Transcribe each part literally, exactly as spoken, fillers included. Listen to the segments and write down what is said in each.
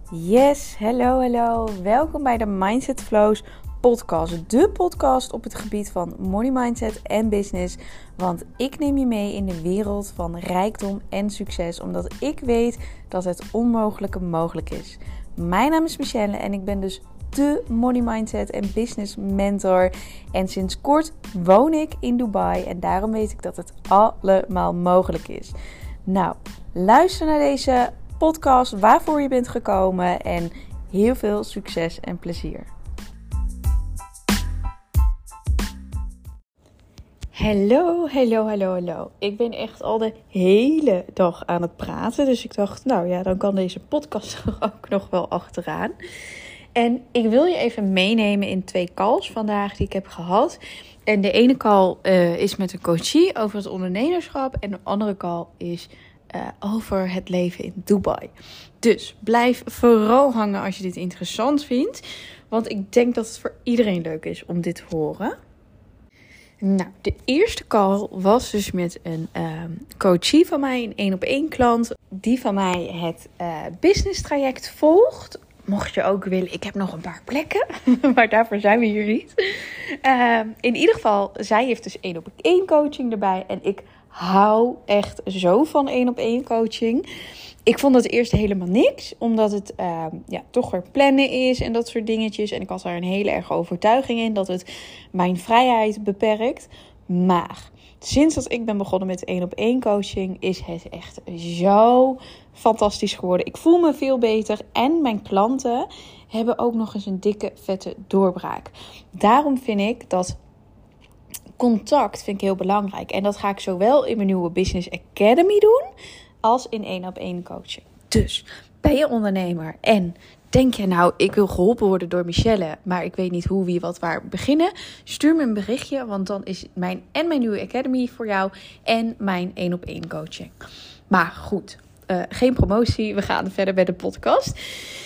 Yes, hallo, hallo. Welkom bij de Mindset Flows podcast. De podcast op het gebied van money mindset en business. Want ik neem je mee in de wereld van rijkdom en succes. Omdat ik weet dat het onmogelijke mogelijk is. Mijn naam is Michelle en ik ben dus de money mindset en business mentor. En sinds kort woon ik in Dubai. En daarom weet ik dat het allemaal mogelijk is. Nou, luister naar deze podcast waarvoor je bent gekomen en heel veel succes en plezier. Hallo, hallo, hallo, hallo. Ik ben echt al de hele dag aan het praten, dus ik dacht, nou ja, dan kan deze podcast ook nog wel achteraan. En ik wil je even meenemen in twee calls vandaag die ik heb gehad. En de ene call uh, is met een coachie over het ondernemerschap en de andere call is Uh, over het leven in Dubai. Dus blijf vooral hangen als je dit interessant vindt. Want ik denk dat het voor iedereen leuk is om dit te horen. Nou, de eerste call was dus met een uh, coachie van mij, een één op één klant. Die van mij het uh, business traject volgt. Mocht je ook willen, ik heb nog een paar plekken. Maar daarvoor zijn we hier niet. Uh, in ieder geval, zij heeft dus één op één coaching erbij. En ik hou echt zo van één op één coaching. Ik vond het eerst helemaal niks. Omdat het uh, ja, toch weer plannen is en dat soort dingetjes. En ik had daar een hele erge overtuiging in dat het mijn vrijheid beperkt. Maar sinds dat ik ben begonnen met één op één coaching is het echt zo fantastisch geworden. Ik voel me veel beter en mijn klanten hebben ook nog eens een dikke vette doorbraak. Daarom vind ik dat contact vind ik heel belangrijk. En dat ga ik zowel in mijn nieuwe Business Academy doen als in één op één coaching. Dus ben je ondernemer en denk je nou, ik wil geholpen worden door Michelle, maar ik weet niet hoe, wie, wat, waar beginnen. Stuur me een berichtje, want dan is mijn en mijn nieuwe Academy voor jou en mijn één op één coaching. Maar goed, uh, geen promotie. We gaan verder bij de podcast.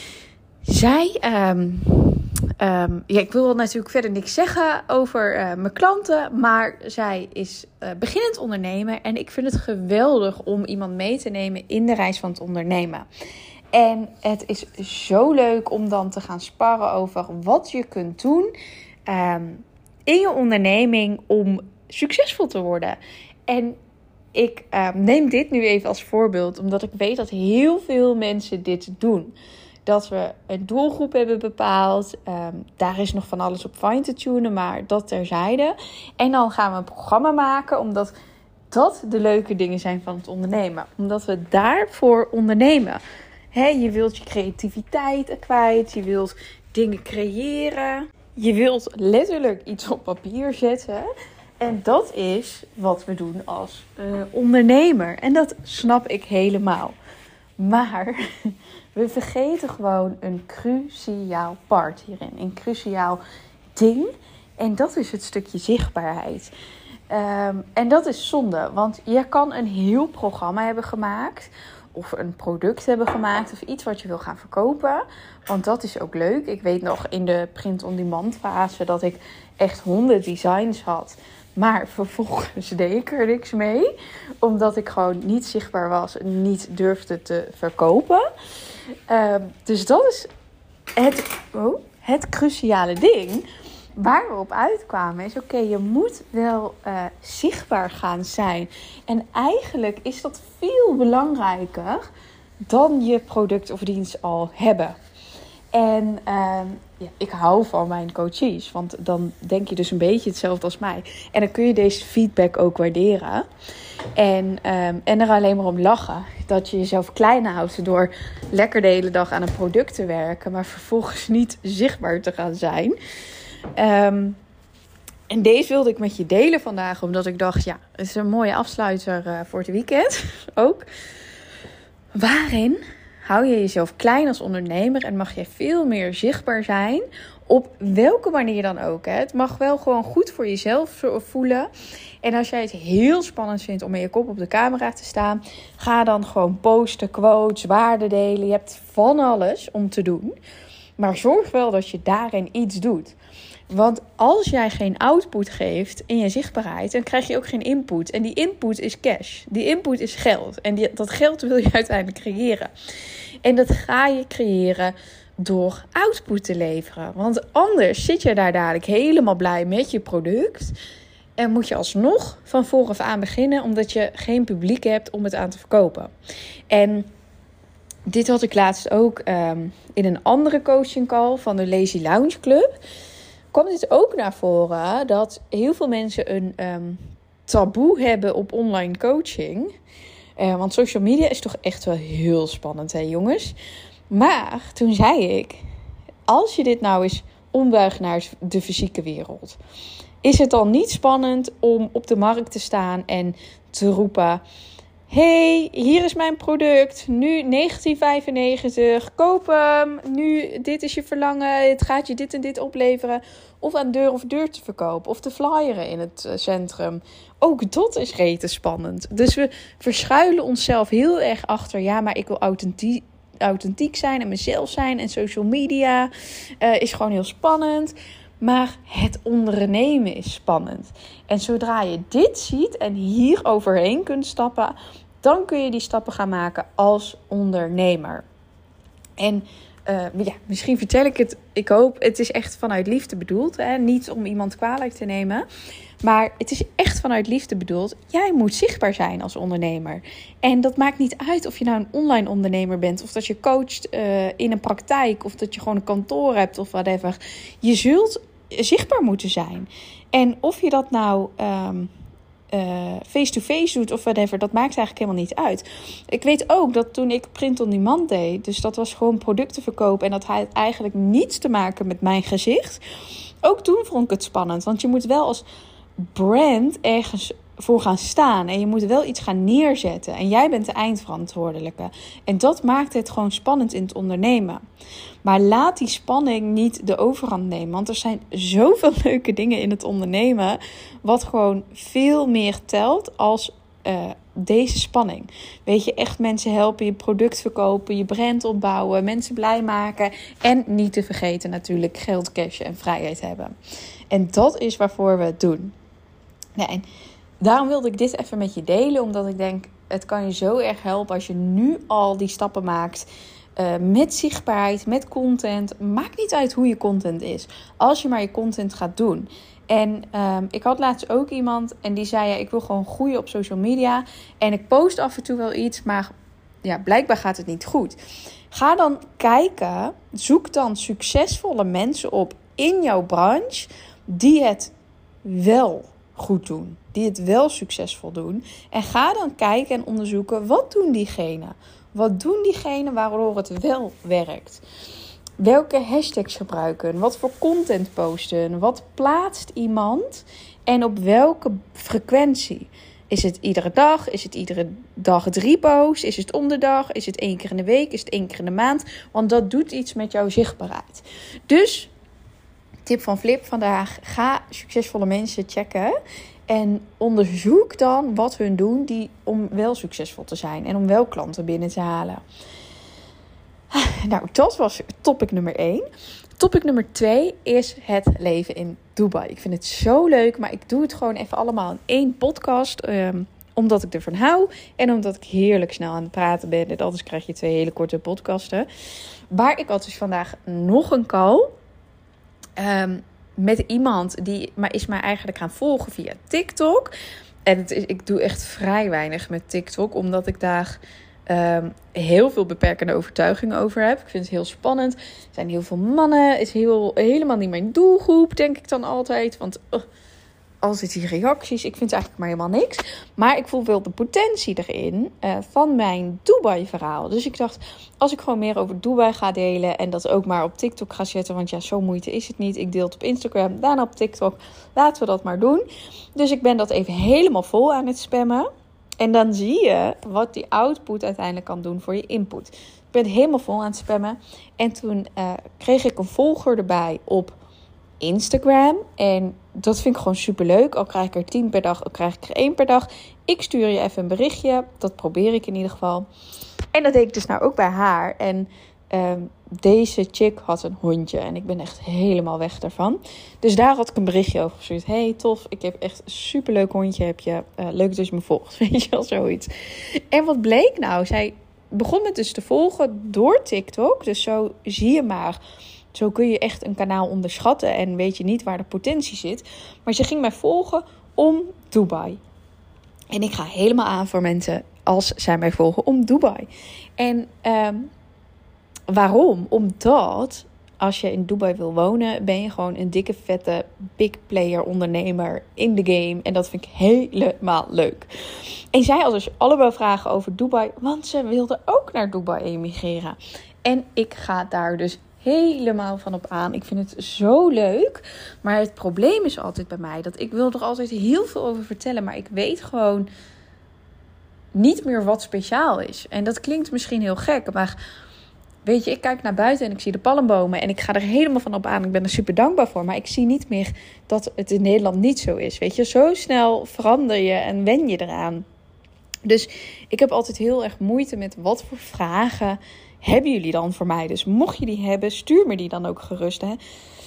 Zij, um, um, ja, ik wil natuurlijk verder niks zeggen over uh, mijn klanten, maar zij is uh, beginnend ondernemer en ik vind het geweldig om iemand mee te nemen in de reis van het ondernemen. En het is zo leuk om dan te gaan sparren over wat je kunt doen um, in je onderneming om succesvol te worden. En ik uh, neem dit nu even als voorbeeld, omdat ik weet dat heel veel mensen dit doen. Dat we een doelgroep hebben bepaald. Um, daar is nog van alles op fine te tunen, maar dat terzijde. En dan gaan we een programma maken, omdat dat de leuke dingen zijn van het ondernemen. Omdat we daarvoor ondernemen. He, je wilt je creativiteit kwijt. Je wilt dingen creëren. Je wilt letterlijk iets op papier zetten. En dat is wat we doen als uh, ondernemer. En dat snap ik helemaal. Maar we vergeten gewoon een cruciaal part hierin. Een cruciaal ding. En dat is het stukje zichtbaarheid. Um, en dat is zonde. Want je kan een heel programma hebben gemaakt. Of een product hebben gemaakt. Of iets wat je wil gaan verkopen. Want dat is ook leuk. Ik weet nog in de print-on-demand fase dat ik echt honderd designs had. Maar vervolgens deed ik er niks mee. Omdat ik gewoon niet zichtbaar was en niet durfde te verkopen. Uh, dus dat is het, oh, het cruciale ding. Waar we op uitkwamen is, oké, okay, je moet wel uh, zichtbaar gaan zijn. En eigenlijk is dat veel belangrijker dan je product of dienst al hebben. En uh, ja, ik hou van mijn coaches, want dan denk je dus een beetje hetzelfde als mij. En dan kun je deze feedback ook waarderen. En, um, en er alleen maar om lachen. Dat je jezelf klein houdt door lekker de hele dag aan een product te werken, maar vervolgens niet zichtbaar te gaan zijn. Um, en deze wilde ik met je delen vandaag, omdat ik dacht, ja, het is een mooie afsluiter uh, voor het weekend ook. Waarin hou je jezelf klein als ondernemer en mag je veel meer zichtbaar zijn op welke manier dan ook. Hè. Het mag wel gewoon goed voor jezelf voelen. En als jij het heel spannend vindt om met je kop op de camera te staan, ga dan gewoon posten, quotes, waarden delen. Je hebt van alles om te doen. Maar zorg wel dat je daarin iets doet. Want als jij geen output geeft in je zichtbaarheid, dan krijg je ook geen input. En die input is cash. Die input is geld. En die, dat geld wil je uiteindelijk creëren. En dat ga je creëren door output te leveren. Want anders zit je daar dadelijk helemaal blij met je product. En moet je alsnog van vooraf aan beginnen, omdat je geen publiek hebt om het aan te verkopen. En dit had ik laatst ook um, in een andere coaching call van de Lazy Lounge Club. Kwam dit ook naar voren dat heel veel mensen een um, taboe hebben op online coaching. Uh, want social media is toch echt wel heel spannend, hè jongens? Maar toen zei ik, als je dit nou eens ombuigt naar de fysieke wereld, is het dan niet spannend om op de markt te staan en te roepen: hey, hier is mijn product, nu negentien vijfennegentig, koop hem, nu dit is je verlangen, het gaat je dit en dit opleveren. Of aan deur of deur te verkopen, of te flyeren in het centrum. Ook dat is rete spannend. Dus we verschuilen onszelf heel erg achter, ja, maar ik wil authentiek, authentiek zijn en mezelf zijn en social media uh, is gewoon heel spannend. Maar het ondernemen is spannend. En zodra je dit ziet en hier overheen kunt stappen, dan kun je die stappen gaan maken als ondernemer. En uh, ja, misschien vertel ik het, ik hoop, het is echt vanuit liefde bedoeld. Hè? Niet om iemand kwalijk te nemen. Maar het is echt vanuit liefde bedoeld. Jij moet zichtbaar zijn als ondernemer. En dat maakt niet uit of je nou een online ondernemer bent, of dat je coacht uh, in een praktijk, of dat je gewoon een kantoor hebt of whatever. Je zult zichtbaar moeten zijn. En of je dat nou um, uh, face-to-face doet of whatever, dat maakt eigenlijk helemaal niet uit. Ik weet ook dat toen ik print on demand deed, dus dat was gewoon producten verkopen en dat had eigenlijk niets te maken met mijn gezicht. Ook toen vond ik het spannend, want je moet wel als brand ergens voor gaan staan en je moet wel iets gaan neerzetten en jij bent de eindverantwoordelijke. En dat maakt het gewoon spannend in het ondernemen. Maar laat die spanning niet de overhand nemen, want er zijn zoveel leuke dingen in het ondernemen wat gewoon veel meer telt als uh, deze spanning. Weet je, echt mensen helpen, je product verkopen, je brand opbouwen, mensen blij maken en niet te vergeten natuurlijk geld, cash en vrijheid hebben. En dat is waarvoor we het doen. Ja, en daarom wilde ik dit even met je delen, omdat ik denk, het kan je zo erg helpen als je nu al die stappen maakt uh, met zichtbaarheid, met content. Maakt niet uit hoe je content is, als je maar je content gaat doen. En um, ik had laatst ook iemand en die zei, ja, ik wil gewoon groeien op social media en ik post af en toe wel iets, maar ja, blijkbaar gaat het niet goed. Ga dan kijken, zoek dan succesvolle mensen op in jouw branche die het wel goed doen, die het wel succesvol doen. En ga dan kijken en onderzoeken, wat doen diegenen? Wat doen diegenen waardoor het wel werkt? Welke hashtags gebruiken? Wat voor content posten? Wat plaatst iemand? En op welke frequentie? Is het iedere dag? Is het iedere dag drie posts? Is het om de dag? Is het één keer in de week? Is het één keer in de maand? Want dat doet iets met jouw zichtbaarheid. Dus tip van Flip vandaag: ga succesvolle mensen checken en onderzoek dan wat hun doen die, om wel succesvol te zijn en om wel klanten binnen te halen. Nou, dat was topic nummer één. Topic nummer twee is het leven in Dubai. Ik vind het zo leuk, maar ik doe het gewoon even allemaal in één podcast. Um, omdat ik ervan hou en omdat ik heerlijk snel aan het praten ben. En anders krijg je twee hele korte podcasten. Maar ik had dus vandaag nog een call Um, met iemand die maar is mij eigenlijk gaan volgen via TikTok. En het is, ik doe echt vrij weinig met TikTok, omdat ik daar um, heel veel beperkende overtuigingen over heb. Ik vind het heel spannend. Er zijn heel veel mannen. Het is heel, helemaal niet mijn doelgroep, denk ik dan altijd. Want uh, altijd die reacties, ik vind het eigenlijk maar helemaal niks. Maar ik voel wel de potentie erin uh, van mijn Dubai-verhaal. Dus ik dacht, als ik gewoon meer over Dubai ga delen en dat ook maar op TikTok ga zetten, want ja, zo moeite is het niet. Ik deel het op Instagram, daarna op TikTok. Laten we dat maar doen. Dus ik ben dat even helemaal vol aan het spammen. En dan zie je wat die output uiteindelijk kan doen voor je input. Ik ben helemaal vol aan het spammen. En toen uh, kreeg ik een volger erbij op Instagram. En dat vind ik gewoon superleuk. Al krijg ik er tien per dag, al krijg ik er één per dag. Ik stuur je even een berichtje. Dat probeer ik in ieder geval. En dat deed ik dus nou ook bij haar. En Um, deze chick had een hondje en ik ben echt helemaal weg daarvan. Dus daar had ik een berichtje over gestuurd. Hey, tof, ik heb echt een superleuk hondje. Heb je uh, leuk dat je me volgt, weet je wel, zoiets. En wat bleek nou? Zij begon me dus te volgen door TikTok. Dus zo zie je maar. Zo kun je echt een kanaal onderschatten en weet je niet waar de potentie zit. Maar ze ging mij volgen om Dubai. En ik ga helemaal aan voor mensen als zij mij volgen om Dubai. En um, waarom? Omdat als je in Dubai wil wonen, ben je gewoon een dikke, vette, big player ondernemer in de game. En dat vind ik helemaal leuk. En zij had dus allebei vragen over Dubai, want ze wilde ook naar Dubai emigreren. En ik ga daar dus helemaal van op aan. Ik vind het zo leuk. Maar het probleem is altijd bij mij dat ik wil er altijd heel veel over vertellen. Maar ik weet gewoon niet meer wat speciaal is. En dat klinkt misschien heel gek. Maar weet je, ik kijk naar buiten en ik zie de palmbomen. En ik ga er helemaal van op aan. Ik ben er super dankbaar voor. Maar ik zie niet meer dat het in Nederland niet zo is. Weet je, zo snel verander je en wen je eraan. Dus ik heb altijd heel erg moeite met wat voor vragen hebben jullie dan voor mij? Dus mocht je die hebben, stuur me die dan ook gerust. Hè?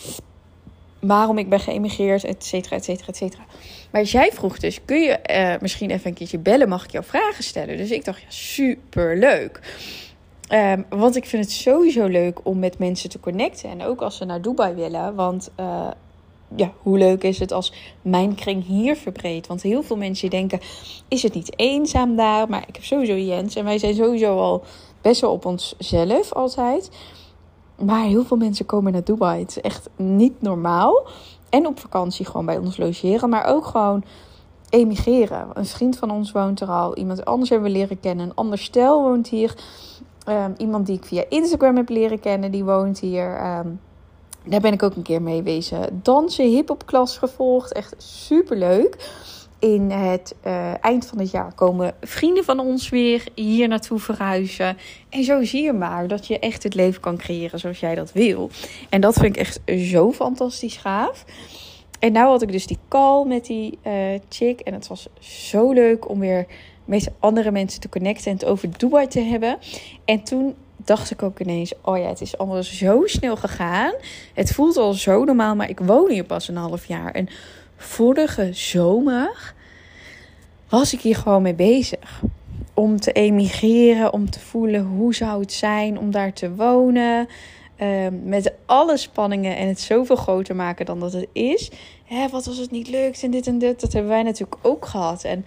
Waarom ik ben geëmigreerd, et cetera, et cetera, et cetera. Maar jij vroeg dus, kun je uh, misschien even een keertje bellen? Mag ik jou vragen stellen? Dus ik dacht, ja, superleuk. Um, want ik vind het sowieso leuk om met mensen te connecten. En ook als ze naar Dubai willen. Want uh, ja, hoe leuk is het als mijn kring hier verbreedt? Want heel veel mensen denken, is het niet eenzaam daar? Maar ik heb sowieso Jens en wij zijn sowieso al best wel op onszelf altijd. Maar heel veel mensen komen naar Dubai. Het is echt niet normaal. En op vakantie gewoon bij ons logeren. Maar ook gewoon emigreren. Een vriend van ons woont er al. Iemand anders hebben we leren kennen. Een ander stel woont hier. Um, iemand die ik via Instagram heb leren kennen. Die woont hier. Um, daar ben ik ook een keer mee wezen dansen. Hip-hop klas gevolgd. Echt superleuk. In het uh, eind van het jaar komen vrienden van ons weer hier naartoe verhuizen. En zo zie je maar dat je echt het leven kan creëren zoals jij dat wil. En dat vind ik echt zo fantastisch gaaf. En nou had ik dus die call met die uh, chick. En het was zo leuk om weer met andere mensen te connecten en het over Dubai te hebben. En toen dacht ik ook ineens, oh ja, het is allemaal zo snel gegaan. Het voelt al zo normaal, maar ik woon hier pas een half jaar. En vorige zomer was ik hier gewoon mee bezig. Om te emigreren, om te voelen hoe zou het zijn om daar te wonen. Uh, met alle spanningen en het zoveel groter maken dan dat het is. Hè, wat als het niet lukt en dit en dit. Dat hebben wij natuurlijk ook gehad. En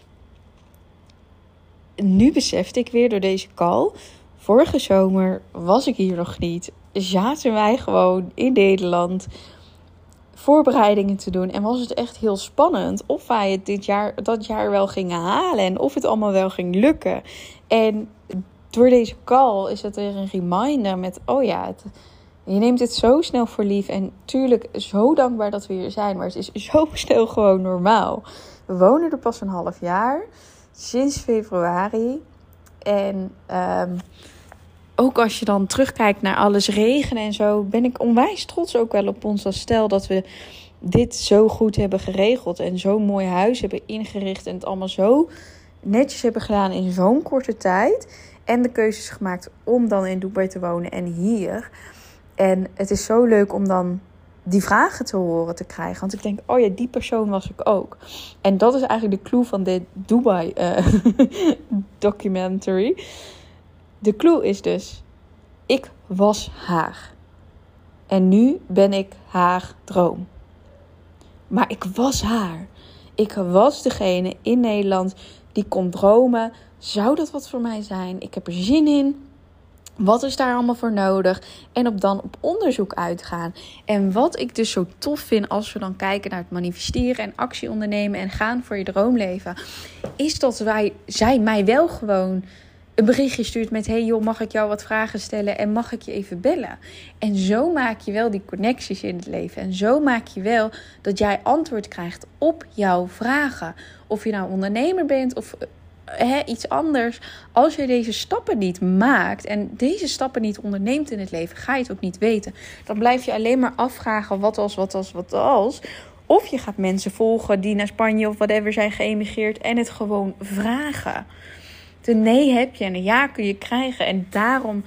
nu besefte ik weer door deze call. Vorige zomer was ik hier nog niet. Zaten wij gewoon in Nederland voorbereidingen te doen. En was het echt heel spannend of wij het dit jaar, dat jaar wel gingen halen. En of het allemaal wel ging lukken. En door deze call is het weer een reminder met, oh ja, het, je neemt het zo snel voor lief. En tuurlijk zo dankbaar dat we hier zijn. Maar het is zo snel gewoon normaal. We wonen er pas een half jaar. Sinds februari. En um, ook als je dan terugkijkt naar alles regenen en zo, ben ik onwijs trots ook wel op ons als stel dat we dit zo goed hebben geregeld. En zo'n mooi huis hebben ingericht. En het allemaal zo netjes hebben gedaan in zo'n korte tijd. En de keuzes gemaakt om dan in Dubai te wonen en hier. En het is zo leuk om dan die vragen te horen te krijgen. Want ik denk, oh ja, die persoon was ik ook. En dat is eigenlijk de clue van dit Dubai uh, documentary. De clue is dus, ik was haar. En nu ben ik haar droom. Maar ik was haar. Ik was degene in Nederland die kon dromen. Zou dat wat voor mij zijn? Ik heb er zin in. Wat is daar allemaal voor nodig? En op dan op onderzoek uitgaan. En wat ik dus zo tof vind als we dan kijken naar het manifesteren en actie ondernemen en gaan voor je droomleven, is dat wij, zij mij wel gewoon een berichtje stuurt met, hey joh, mag ik jou wat vragen stellen en mag ik je even bellen? En zo maak je wel die connecties in het leven. En zo maak je wel dat jij antwoord krijgt op jouw vragen. Of je nou ondernemer bent of He, iets anders. Als je deze stappen niet maakt en deze stappen niet onderneemt in het leven, ga je het ook niet weten. Dan blijf je alleen maar afvragen wat als, wat als, wat als. Of je gaat mensen volgen die naar Spanje of whatever zijn geëmigreerd en het gewoon vragen. De nee heb je en een ja kun je krijgen. En daarom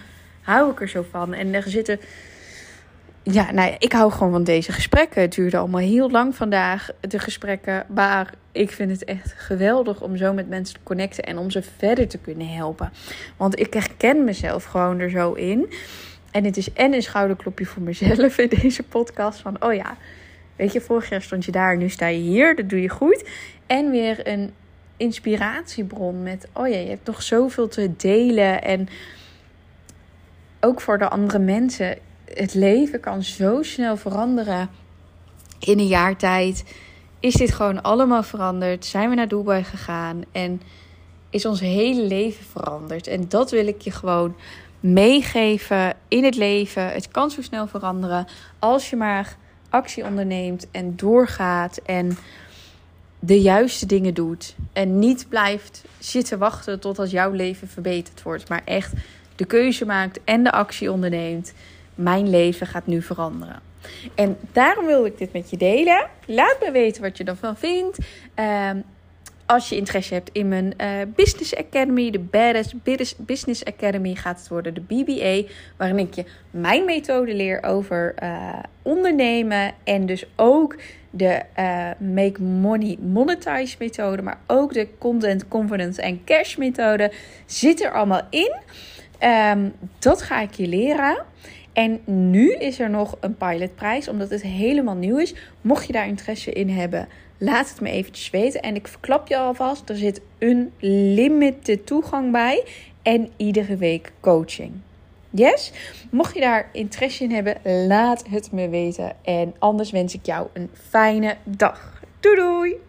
hou ik er zo van. En er zitten... Ja, nou ja, ik hou gewoon van deze gesprekken. Het duurde allemaal heel lang vandaag, de gesprekken. Maar ik vind het echt geweldig om zo met mensen te connecten en om ze verder te kunnen helpen. Want ik herken mezelf gewoon er zo in. En het is en een schouderklopje voor mezelf in deze podcast. Van, oh ja, weet je, vorig jaar stond je daar, nu sta je hier. Dat doe je goed. En weer een inspiratiebron met, oh ja, je hebt nog zoveel te delen. En ook voor de andere mensen. Het leven kan zo snel veranderen. In een jaar tijd is dit gewoon allemaal veranderd. Zijn we naar Dubai gegaan en is ons hele leven veranderd. En dat wil ik je gewoon meegeven in het leven. Het kan zo snel veranderen als je maar actie onderneemt en doorgaat en de juiste dingen doet. En niet blijft zitten wachten totdat jouw leven verbeterd wordt. Maar echt de keuze maakt en de actie onderneemt. Mijn leven gaat nu veranderen. En daarom wil ik dit met je delen. Laat me weten wat je ervan vindt. Um, als je interesse hebt in mijn uh, Business Academy, de Badass Business Academy, gaat het worden de B B A. Waarin ik je mijn methode leer over uh, ondernemen. En dus ook de uh, Make Money Monetize methode. Maar ook de Content, Confidence en Cash methode zit er allemaal in. Um, dat ga ik je leren. En nu is er nog een pilotprijs, omdat het helemaal nieuw is. Mocht je daar interesse in hebben, laat het me eventjes weten. En ik verklap je alvast, er zit een limited toegang bij en iedere week coaching. Yes? Mocht je daar interesse in hebben, laat het me weten. En anders wens ik jou een fijne dag. Doei doei!